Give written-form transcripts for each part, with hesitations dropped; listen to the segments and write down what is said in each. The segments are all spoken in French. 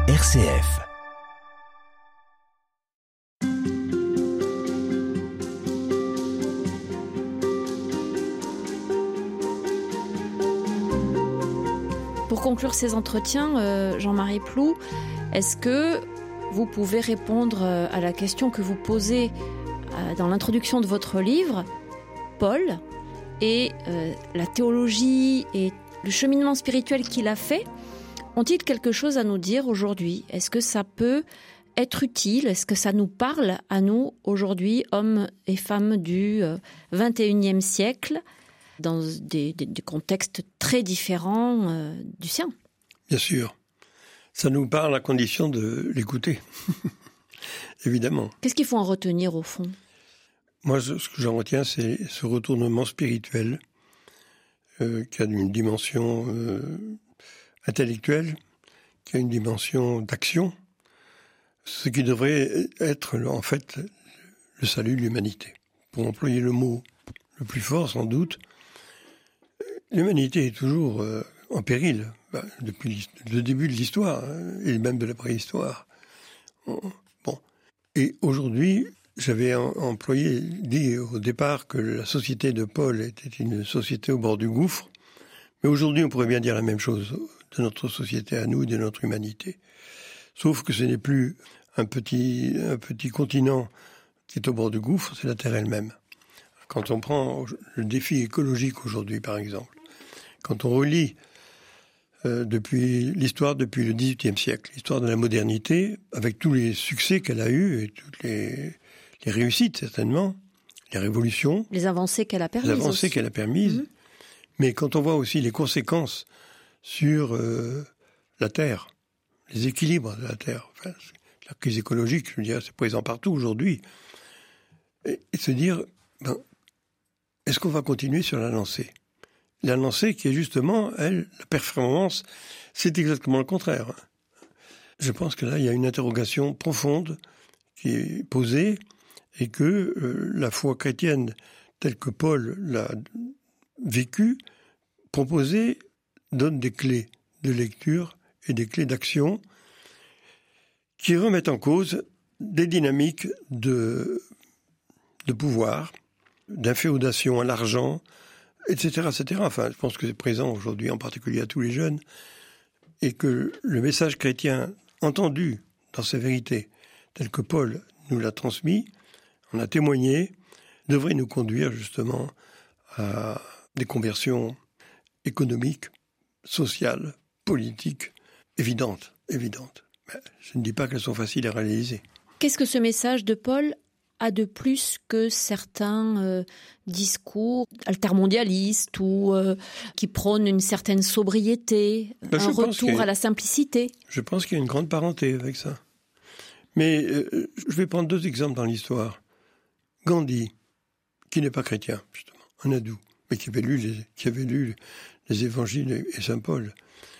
RCF. Pour conclure ces entretiens, Jean-Marie Ploux, est-ce que vous pouvez répondre à la question que vous posez dans l'introduction de votre livre, Paul, et la théologie et le cheminement spirituel qu'il a fait, ont-ils quelque chose à nous dire aujourd'hui ? Est-ce que ça peut être utile ? Est-ce que ça nous parle à nous aujourd'hui, hommes et femmes du XXIe siècle, dans des contextes très différents du sien ? Bien sûr. Ça nous parle à condition de l'écouter, évidemment. Qu'est-ce qu'il faut en retenir au fond ? Moi, ce que j'en retiens, c'est ce retournement spirituel qui a une dimension intellectuelle, qui a une dimension d'action, ce qui devrait être en fait le salut de l'humanité. Pour employer le mot le plus fort, sans doute, l'humanité est toujours en péril, depuis le début de l'histoire, et même de la préhistoire. Bon. Et aujourd'hui, j'avais dit au départ que la société de Paul était une société au bord du gouffre, mais aujourd'hui on pourrait bien dire la même chose de notre société à nous, de notre humanité. Sauf que ce n'est plus un petit continent qui est au bord du gouffre, c'est la Terre elle-même. Quand on prend le défi écologique aujourd'hui, par exemple, quand on relit depuis le XVIIIe siècle, l'histoire de la modernité, avec tous les succès qu'elle a eus et toutes les réussites certainement, les révolutions, les avancées qu'elle a permises. Mmh. Mais quand on voit aussi les conséquences sur la Terre, les équilibres de la Terre, enfin, la crise écologique, je veux dire, c'est présent partout aujourd'hui, et se dire, est-ce qu'on va continuer sur la lancée ? La lancée qui est justement, la performance, c'est exactement le contraire. Je pense que là, il y a une interrogation profonde qui est posée et que la foi chrétienne, telle que Paul l'a vécue, proposée, donne des clés de lecture et des clés d'action qui remettent en cause des dynamiques de pouvoir, d'inféodation à l'argent, etc., etc. Enfin, je pense que c'est présent aujourd'hui, en particulier à tous les jeunes, et que le message chrétien entendu dans sa vérité, tel que Paul nous l'a transmis, en a témoigné, devrait nous conduire justement à des conversions économiques, sociales, politiques, évidentes. Mais je ne dis pas qu'elles sont faciles à réaliser. Qu'est-ce que ce message de Paul a de plus que certains discours altermondialistes ou qui prônent une certaine sobriété, un retour à la simplicité ? Je pense qu'il y a une grande parenté avec ça. Mais je vais prendre 2 exemples dans l'histoire. Gandhi, qui n'est pas chrétien, justement, un hindou, mais qui avait lu les évangiles et Saint Paul,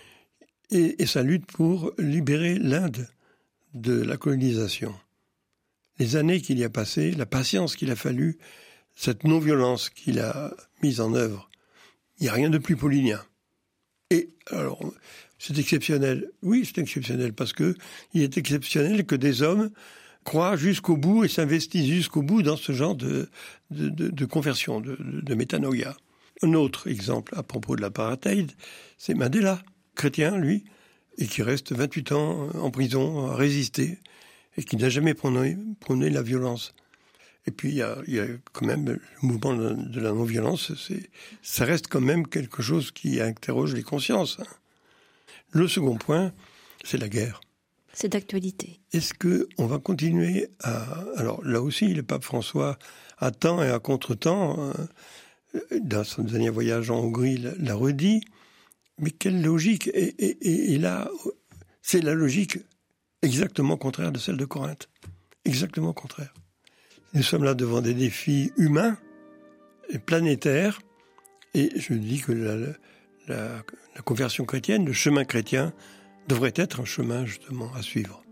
et sa lutte pour libérer l'Inde de la colonisation. Les années qu'il y a passées, la patience qu'il a fallu, cette non-violence qu'il a mise en œuvre, il n'y a rien de plus paulinien. Et alors, c'est exceptionnel. Oui, c'est exceptionnel parce que il est exceptionnel que des hommes croient jusqu'au bout et s'investissent jusqu'au bout dans ce genre de conversion, de métanoïa. Un autre exemple à propos de l'apartheid, c'est Mandela, chrétien, lui, et qui reste 28 ans en prison à résister et qui n'a jamais prôné la violence. Et puis il y a quand même le mouvement de la non-violence, ça reste quand même quelque chose qui interroge les consciences. Le second point, c'est la guerre. C'est d'actualité. Est-ce qu'on va continuer à... Alors là aussi, le pape François, à temps et à contre-temps, dans son dernier voyage en Hongrie, l'a redit. Mais quelle logique ? Et là, c'est la logique exactement contraire de celle de Corinthe. Exactement contraire. Nous sommes là devant des défis humains et planétaires. Et je dis que la conversion chrétienne, le chemin chrétien, devrait être un chemin justement à suivre.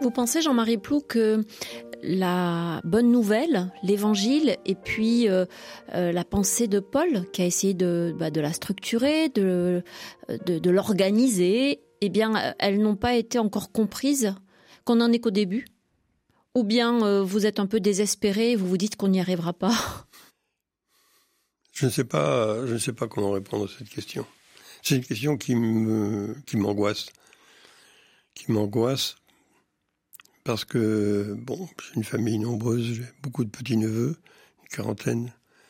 Vous pensez, Jean-Marie Ploux, que la bonne nouvelle, l'évangile, et puis la pensée de Paul, qui a essayé de la structurer, de l'organiser, eh bien, elles n'ont pas été encore comprises, qu'on n'en est qu'au début? Ou bien vous êtes un peu désespéré et vous vous dites qu'on n'y arrivera pas? Je ne sais pas comment répondre à cette question. C'est une question qui m'angoisse. Qui m'angoisse parce que, j'ai une famille nombreuse, j'ai beaucoup de petits-neveux, une quarantaine.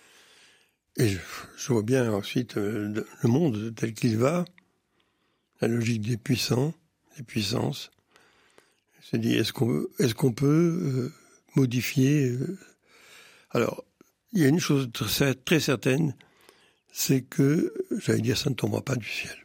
Et je vois bien ensuite le monde tel qu'il va, la logique des puissants, des puissances. Je me dis, est-ce qu'on peut modifier Alors, il y a une chose très certaine, c'est que, j'allais dire, ça ne tombera pas du ciel.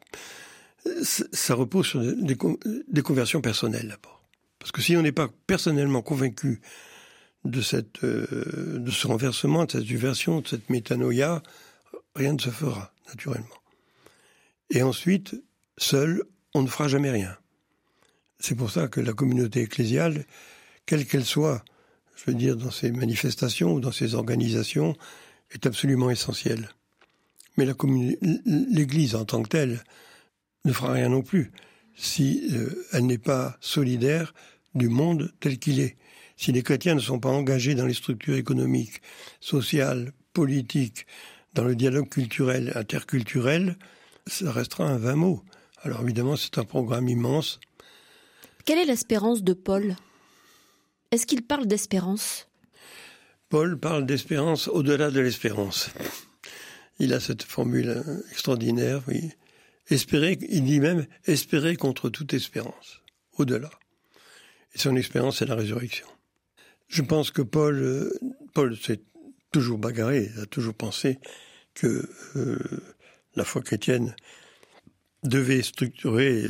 Ça repose sur des conversions personnelles d'abord. Parce que si on n'est pas personnellement convaincu de ce renversement, de cette subversion, de cette métanoïa, rien ne se fera, naturellement. Et ensuite, seul, on ne fera jamais rien. C'est pour ça que la communauté ecclésiale, quelle qu'elle soit, je veux dire, dans ses manifestations ou dans ses organisations, est absolument essentielle. Mais l'Église en tant que telle ne fera rien non plus si elle n'est pas solidaire du monde tel qu'il est. Si les chrétiens ne sont pas engagés dans les structures économiques, sociales, politiques, dans le dialogue culturel, interculturel, ça restera un vain mot. Alors évidemment, c'est un programme immense. Quelle est l'espérance de Paul? Est-ce qu'il parle d'espérance? Paul parle d'espérance au-delà de l'espérance. Il a cette formule extraordinaire, oui. Espérer, il dit même espérer contre toute espérance, au-delà. Et son espérance, c'est la résurrection. Je pense que Paul s'est toujours bagarré, il a toujours pensé que la foi chrétienne devait structurer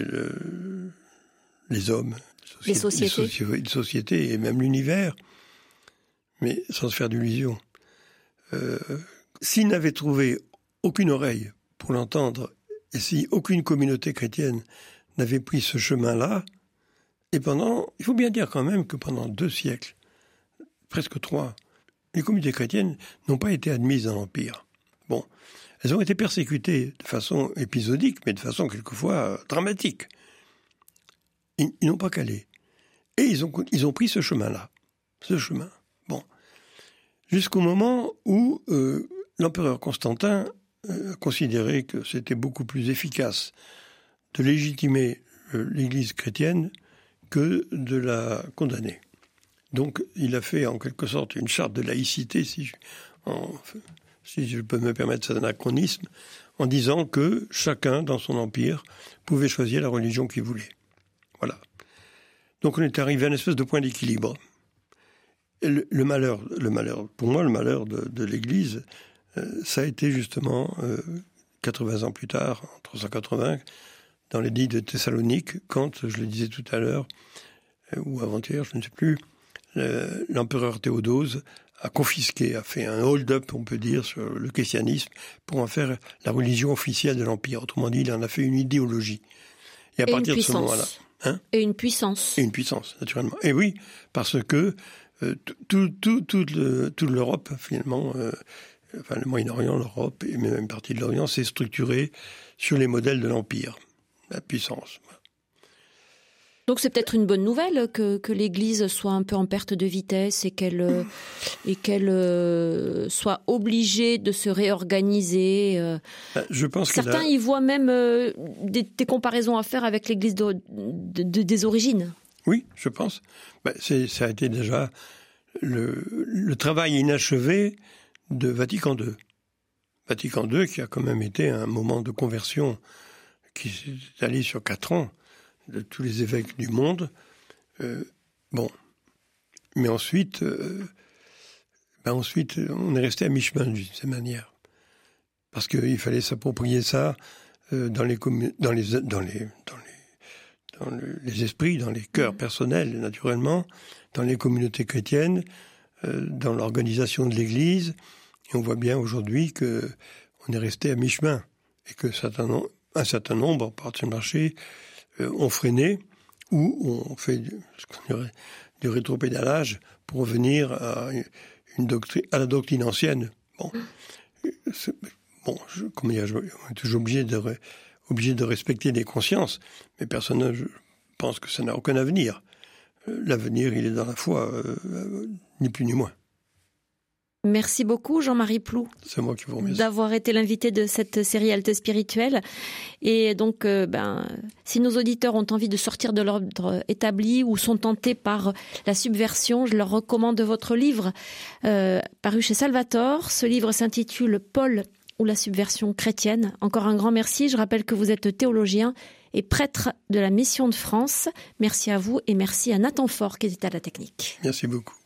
les hommes, les sociétés et même l'univers, mais sans se faire d'illusions. S'il n'avait trouvé aucune oreille pour l'entendre, et si aucune communauté chrétienne n'avait pris ce chemin-là, et il faut bien dire quand même que pendant 2 siècles, presque 3, les communautés chrétiennes n'ont pas été admises dans l'Empire. Bon, elles ont été persécutées de façon épisodique, mais de façon quelquefois dramatique. Ils n'ont pas calé. Et ils ont pris ce chemin-là. Ce chemin. Bon. Jusqu'au moment où l'empereur Constantin a considéré que c'était beaucoup plus efficace de légitimer l'Église chrétienne que de la condamner. Donc, il a fait en quelque sorte une charte de laïcité, si je peux me permettre cet anachronisme, en disant que chacun, dans son empire, pouvait choisir la religion qu'il voulait. Voilà. Donc, on est arrivé à une espèce de point d'équilibre. Et le malheur, pour moi, le malheur de l'Église, ça a été justement 80 ans plus tard, en 380, dans l'édit de Thessalonique, quand, je le disais tout à l'heure, ou avant-hier, je ne sais plus, l'empereur Théodose a confisqué, a fait un hold-up, on peut dire, sur le christianisme, pour en faire la religion officielle de l'Empire. Autrement dit, il en a fait une idéologie. Et à partir de ce moment-là... Et une puissance. Et une puissance, naturellement. Et oui, parce que toute l'Europe, finalement, le Moyen-Orient, l'Europe, et même une partie de l'Orient, s'est structurée sur les modèles de l'Empire, la puissance. Donc c'est peut-être une bonne nouvelle que l'Église soit un peu en perte de vitesse et qu'elle soit obligée de se réorganiser. Je pense certains y voient même des comparaisons à faire avec l'Église des origines. Oui, je pense. Ça a été déjà le travail inachevé de Vatican II. Vatican II qui a quand même été un moment de conversion qui s'est allé sur 4 ans de tous les évêques du monde. Mais ensuite, on est resté à mi-chemin d'une certaine manière. Parce qu'il fallait s'approprier ça dans les esprits, dans les cœurs personnels, naturellement, dans les communautés chrétiennes, dans l'organisation de l'Église. Et on voit bien aujourd'hui qu'on est resté à mi-chemin et que un certain nombre, en partie du marché, ont freiné, où on fait du rétropédalage pour revenir à la doctrine ancienne. Bon, on est toujours obligé de respecter des consciences, mais personne, je pense que ça n'a aucun avenir. L'avenir, il est dans la foi, ni plus ni moins. Merci beaucoup Jean-Marie Ploux. C'est moi qui vous remercie. D'avoir été l'invité de cette série Halte Spirituelle. Et donc, si nos auditeurs ont envie de sortir de l'ordre établi ou sont tentés par la subversion, je leur recommande votre livre paru chez Salvator. Ce livre s'intitule Paul ou la subversion chrétienne. Encore un grand merci. Je rappelle que vous êtes théologien et prêtre de la Mission de France. Merci à vous et merci à Nathan Faure qui était à la technique. Merci beaucoup.